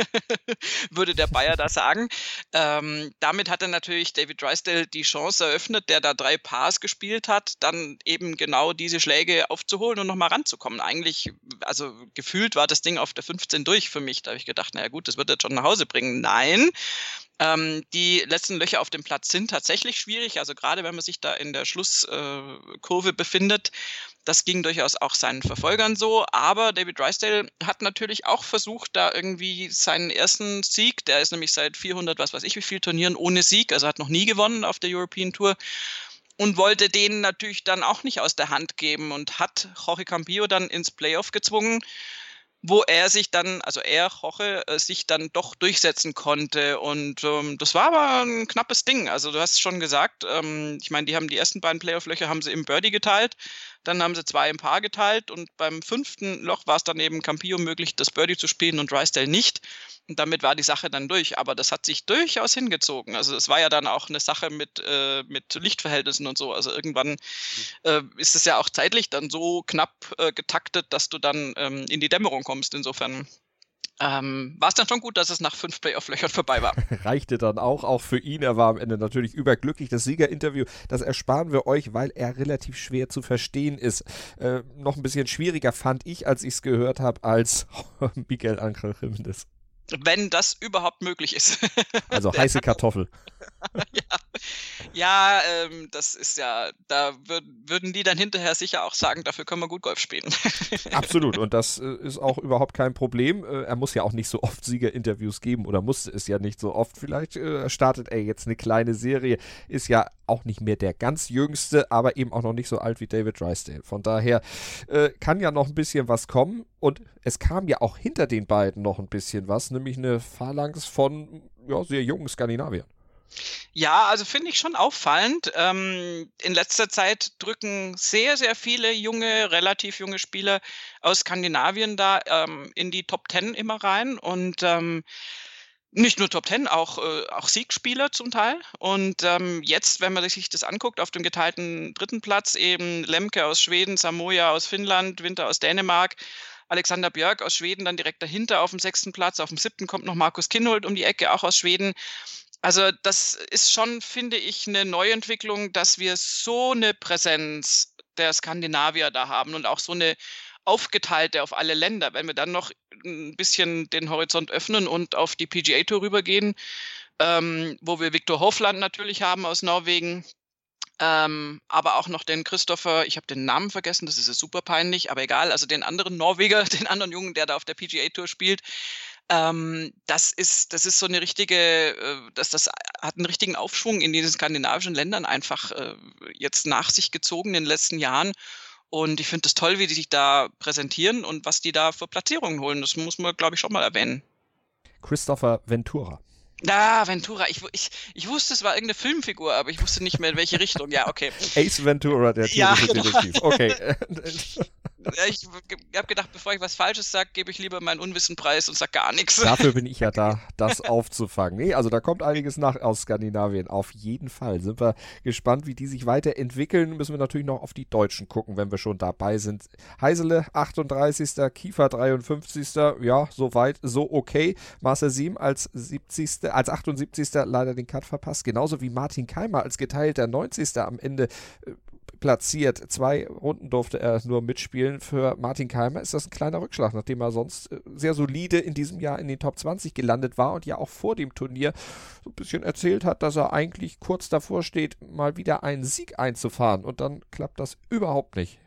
würde der Bayer da sagen. Ähm, damit hat er natürlich David Drysdale die Chance eröffnet, der da drei Pars gespielt hat, dann eben genau diese Schläge aufzuholen und nochmal ranzukommen. Eigentlich, also gefühlt war das Ding auf der fünfzehn durch für mich. Da habe ich gedacht, naja gut, das wird er jetzt schon nach Hause bringen. Nein. Ähm, die letzten Löcher auf dem Platz sind tatsächlich schwierig, also gerade wenn man sich da in der Schlusskurve äh, befindet. Das ging durchaus auch seinen Verfolgern so, aber David Drysdale hat natürlich auch versucht, da irgendwie seinen ersten Sieg, der ist nämlich seit vierhundert, was weiß ich wie viel Turnieren ohne Sieg, also hat noch nie gewonnen auf der European Tour, und wollte den natürlich dann auch nicht aus der Hand geben und hat Jorge Campillo dann ins Playoff gezwungen, wo er sich dann, also er, Jorge, äh, sich dann doch durchsetzen konnte. Und ähm, das war aber ein knappes Ding. Also du hast schon gesagt, ähm, ich meine, die haben die ersten beiden Playoff-Löcher haben sie im Birdie geteilt, dann haben sie zwei im Paar geteilt, und beim fünften Loch war es dann eben Campillo möglich, das Birdie zu spielen und Drysdale nicht. Und damit war die Sache dann durch. Aber das hat sich durchaus hingezogen. Also es war ja dann auch eine Sache mit, äh, mit Lichtverhältnissen und so. Also irgendwann äh, ist es ja auch zeitlich dann so knapp äh, getaktet, dass du dann ähm, in die Dämmerung kommst. Insofern ähm, war es dann schon gut, dass es nach fünf Playoff-Löchern vorbei war. Reichte dann auch, auch für ihn. Er war am Ende natürlich überglücklich. Das Siegerinterview, das ersparen wir euch, weil er relativ schwer zu verstehen ist. Äh, noch ein bisschen schwieriger fand ich, als ich es gehört habe, als Miguel Ángel Jiménez. Wenn das überhaupt möglich ist. Also heiße Kartoffel. ja, ja ähm, das ist ja, da würd, würden die dann hinterher sicher auch sagen, dafür können wir gut Golf spielen. Absolut, und das äh, ist auch überhaupt kein Problem. Äh, er muss ja auch nicht so oft Siegerinterviews geben, oder musste es ja nicht so oft. Vielleicht äh, startet er jetzt eine kleine Serie, ist ja auch nicht mehr der ganz jüngste, aber eben auch noch nicht so alt wie David Drysdale. Von daher äh, kann ja noch ein bisschen was kommen, und es kam ja auch hinter den beiden noch ein bisschen was, nämlich eine Phalanx von ja, sehr jungen Skandinaviern. Ja, also finde ich schon auffallend. Ähm, in letzter Zeit drücken sehr, sehr viele junge, relativ junge Spieler aus Skandinavien da ähm, in die Top Ten immer rein, und ähm, nicht nur Top Ten, auch, äh, auch Siegspieler zum Teil. Und ähm, jetzt, wenn man sich das anguckt, auf dem geteilten dritten Platz eben Lemke aus Schweden, Samoja aus Finnland, Winter aus Dänemark. Alexander Björk aus Schweden dann direkt dahinter auf dem sechsten Platz. Auf dem siebten kommt noch Markus Kinhult um die Ecke, auch aus Schweden. Also das ist schon, finde ich, eine Neuentwicklung, dass wir so eine Präsenz der Skandinavier da haben und auch so eine aufgeteilte auf alle Länder. Wenn wir dann noch ein bisschen den Horizont öffnen und auf die P G A Tour rübergehen, ähm, wo wir Viktor Hovland natürlich haben aus Norwegen, ähm, aber auch noch den Christopher, ich habe den Namen vergessen, das ist ja super peinlich, aber egal, also den anderen Norweger, den anderen Jungen, der da auf der P G A Tour spielt. Ähm, das ist, das ist so eine richtige, äh, das, das hat einen richtigen Aufschwung in diesen skandinavischen Ländern einfach äh, jetzt nach sich gezogen in den letzten Jahren. Und ich finde es toll, wie die sich da präsentieren und was die da für Platzierungen holen. Das muss man, glaube ich, schon mal erwähnen. Christopher Ventura. Ah, Ventura. Ich, ich, ich wusste, es war irgendeine Filmfigur, aber ich wusste nicht mehr, in welche Richtung. Ja, okay. Ace Ventura, der Ja, tierische genau. Detektiv. Okay. Ich habe gedacht, bevor ich was Falsches sage, gebe ich lieber meinen Unwissen preis und sage gar nichts. Dafür bin ich ja da, das aufzufangen. Nee, also da kommt einiges nach aus Skandinavien. Auf jeden Fall. Sind wir gespannt, wie die sich weiterentwickeln. Müssen wir natürlich noch auf die Deutschen gucken, wenn wir schon dabei sind. Heisele achtunddreißigster Kiefer dreiundfünfzigster Ja, soweit, so okay. Marcel Siem als siebzigster als achtundsiebzigster leider den Cut verpasst. Genauso wie Martin Keimer als geteilter neunzigster am Ende äh, platziert. Zwei Runden durfte er nur mitspielen. Für Martin Keimer ist das ein kleiner Rückschlag, nachdem er sonst sehr solide in diesem Jahr in den Top zwanzig gelandet war und ja auch vor dem Turnier so ein bisschen erzählt hat, dass er eigentlich kurz davor steht, mal wieder einen Sieg einzufahren. Und dann klappt das überhaupt nicht.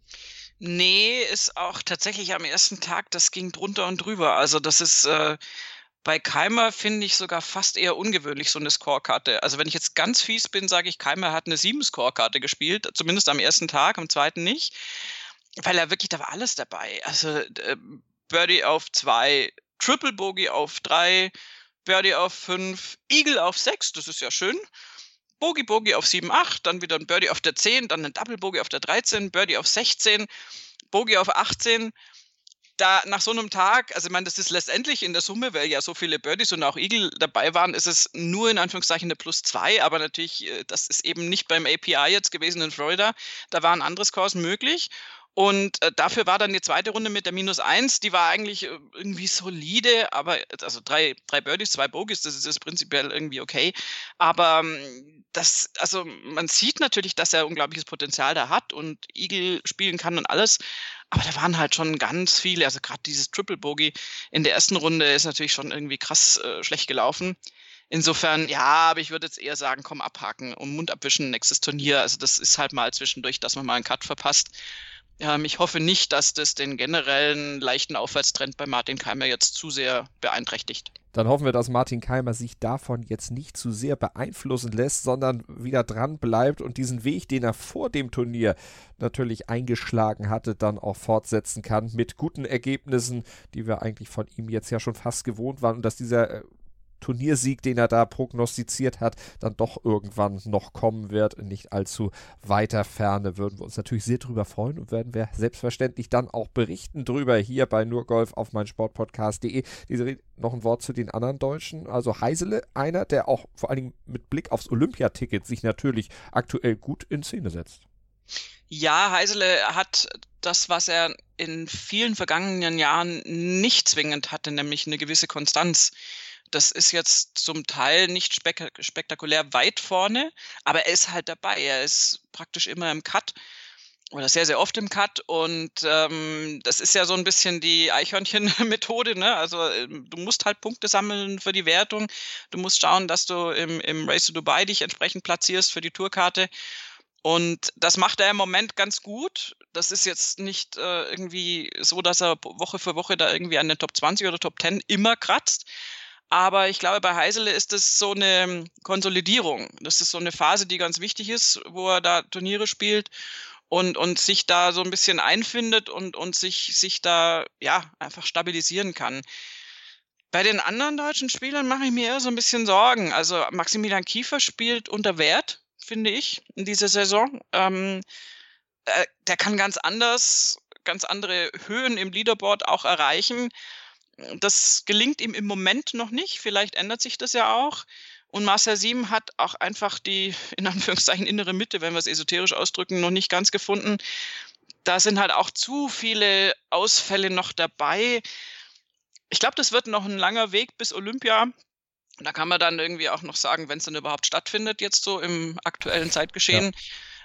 Nee, ist auch tatsächlich am ersten Tag, das ging drunter und drüber. Also das ist äh, bei Keimer, finde ich, sogar fast eher ungewöhnlich, so eine Scorekarte. Also wenn ich jetzt ganz fies bin, sage ich, Keimer hat eine sieben Scorekarte gespielt, zumindest am ersten Tag, am zweiten nicht, weil er wirklich, da war alles dabei. Also äh, Birdie auf zwei, Triple Bogey auf drei, Birdie auf fünf, Eagle auf sechs, das ist ja schön. Bogey, Bogey auf sieben, acht, dann wieder ein Birdie auf der zehn, dann ein Double Bogey auf der dreizehn, Birdie auf sechzehn, Bogey auf achtzehn. Da nach so einem Tag, also ich meine, das ist letztendlich in der Summe, weil ja so viele Birdies und auch Eagle dabei waren, ist es nur in Anführungszeichen eine Plus zwei, aber natürlich, äh, das ist eben nicht beim A P I jetzt gewesen in Florida, da waren andere Scores möglich. Und äh, dafür war dann die zweite Runde mit der Minus eins, die war eigentlich äh, irgendwie solide, aber also drei, drei Birdies, zwei Bogies, das ist jetzt prinzipiell irgendwie okay. Aber ähm, das, also man sieht natürlich, dass er unglaubliches Potenzial da hat und Eagle spielen kann und alles. Aber da waren halt schon ganz viele, also gerade dieses Triple Bogey in der ersten Runde ist natürlich schon irgendwie krass äh, schlecht gelaufen. Insofern, ja, aber ich würde jetzt eher sagen, komm, abhaken und Mund abwischen, nächstes Turnier. Also das ist halt mal zwischendurch, dass man mal einen Cut verpasst. Ähm, ich hoffe nicht, dass das den generellen leichten Aufwärtstrend bei Martin Keimer jetzt zu sehr beeinträchtigt. Dann hoffen wir, dass Martin Keimer sich davon jetzt nicht zu sehr beeinflussen lässt, sondern wieder dran bleibt und diesen Weg, den er vor dem Turnier natürlich eingeschlagen hatte, dann auch fortsetzen kann mit guten Ergebnissen, die wir eigentlich von ihm jetzt ja schon fast gewohnt waren und dass dieser äh, Turniersieg, den er da prognostiziert hat, dann doch irgendwann noch kommen wird, in nicht allzu weiter Ferne. Würden wir uns natürlich sehr drüber freuen und werden wir selbstverständlich dann auch berichten drüber hier bei nur Golf auf meinsportpodcast punkt de. Diese noch ein Wort zu den anderen Deutschen. Also Heisele, einer, der auch vor allen Dingen mit Blick aufs Olympiaticket sich natürlich aktuell gut in Szene setzt. Ja, Heisele hat das, was er in vielen vergangenen Jahren nicht zwingend hatte, nämlich eine gewisse Konstanz. Das ist jetzt zum Teil nicht spek- spektakulär weit vorne, aber er ist halt dabei. Er ist praktisch immer im Cut oder sehr, sehr oft im Cut und ähm, das ist ja so ein bisschen die Eichhörnchen-Methode, ne? Also du musst halt Punkte sammeln für die Wertung. Du musst schauen, dass du im, im Race to Dubai dich entsprechend platzierst für die Tourkarte. Und das macht er im Moment ganz gut. Das ist jetzt nicht äh, irgendwie so, dass er Woche für Woche da irgendwie an den Top zwanzig oder Top zehn immer kratzt. Aber ich glaube, bei Heisele ist es so eine Konsolidierung. Das ist so eine Phase, die ganz wichtig ist, wo er da Turniere spielt und, und sich da so ein bisschen einfindet und, und sich, sich da ja einfach stabilisieren kann. Bei den anderen deutschen Spielern mache ich mir eher so ein bisschen Sorgen. Also Maximilian Kiefer spielt unter Wert, finde ich, in dieser Saison. Ähm, äh, der kann ganz anders, ganz andere Höhen im Leaderboard auch erreichen. Das gelingt ihm im Moment noch nicht. Vielleicht ändert sich das ja auch. Und Marcel Siem hat auch einfach die, in Anführungszeichen, innere Mitte, wenn wir es esoterisch ausdrücken, noch nicht ganz gefunden. da sind halt auch zu viele Ausfälle noch dabei. Ich glaube, das wird noch ein langer Weg bis Olympia. Da kann man dann irgendwie auch noch sagen, wenn es dann überhaupt stattfindet, jetzt so im aktuellen Zeitgeschehen. Ja.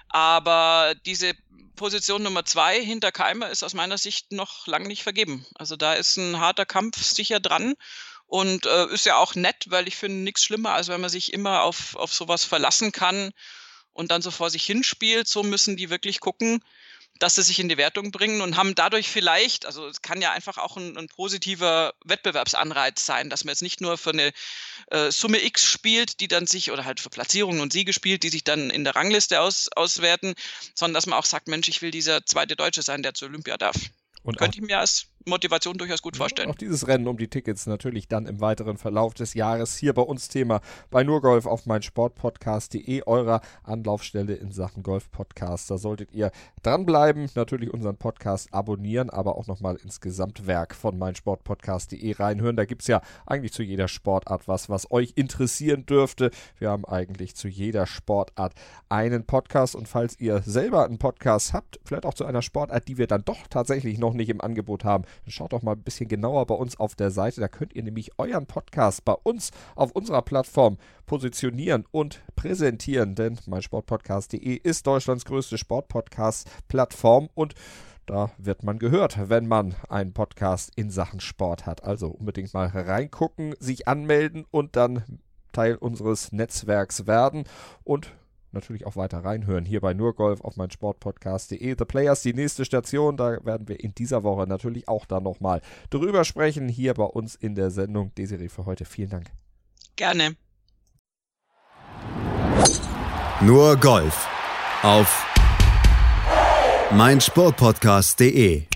Aber diese Position Nummer zwei hinter Keimer ist aus meiner Sicht noch lang nicht vergeben. Also da ist ein harter Kampf sicher dran und äh, ist ja auch nett, weil ich finde nichts schlimmer, als wenn man sich immer auf, auf sowas verlassen kann und dann so vor sich hinspielt. So müssen die wirklich gucken, dass sie sich in die Wertung bringen und haben dadurch vielleicht, also es kann ja einfach auch ein, ein positiver Wettbewerbsanreiz sein, dass man jetzt nicht nur für eine äh, Summe X spielt, die dann sich, oder halt für Platzierungen und Siege spielt, die sich dann in der Rangliste aus, auswerten, sondern dass man auch sagt, Mensch, ich will dieser zweite Deutsche sein, der zur Olympia darf. Und könnte ich mir als Motivation durchaus gut vorstellen. Auch dieses Rennen um die Tickets natürlich dann im weiteren Verlauf des Jahres hier bei uns Thema bei nur Golf auf meinsportpodcast punkt de, eurer Anlaufstelle in Sachen Golf-Podcast. Da solltet ihr dranbleiben, natürlich unseren Podcast abonnieren, aber auch nochmal ins Gesamtwerk von meinsportpodcast punkt de reinhören. Da gibt es ja eigentlich zu jeder Sportart was, was euch interessieren dürfte. Wir haben eigentlich zu jeder Sportart einen Podcast und falls ihr selber einen Podcast habt, vielleicht auch zu einer Sportart, die wir dann doch tatsächlich noch nicht im Angebot haben, dann schaut doch mal ein bisschen genauer bei uns auf der Seite. Da könnt ihr nämlich euren Podcast bei uns auf unserer Plattform positionieren und präsentieren, denn meinsportpodcast punkt de ist Deutschlands größte Sportpodcast-Plattform und da wird man gehört, wenn man einen Podcast in Sachen Sport hat. Also unbedingt mal reingucken, sich anmelden und dann Teil unseres Netzwerks werden und natürlich auch weiter reinhören, hier bei nur Golf auf meinsportpodcast punkt de. The Players, die nächste Station, da werden wir in dieser Woche natürlich auch dann nochmal drüber sprechen, hier bei uns in der Sendung. Desiree, für heute vielen Dank. Gerne. Nur Golf auf meinsportpodcast punkt de.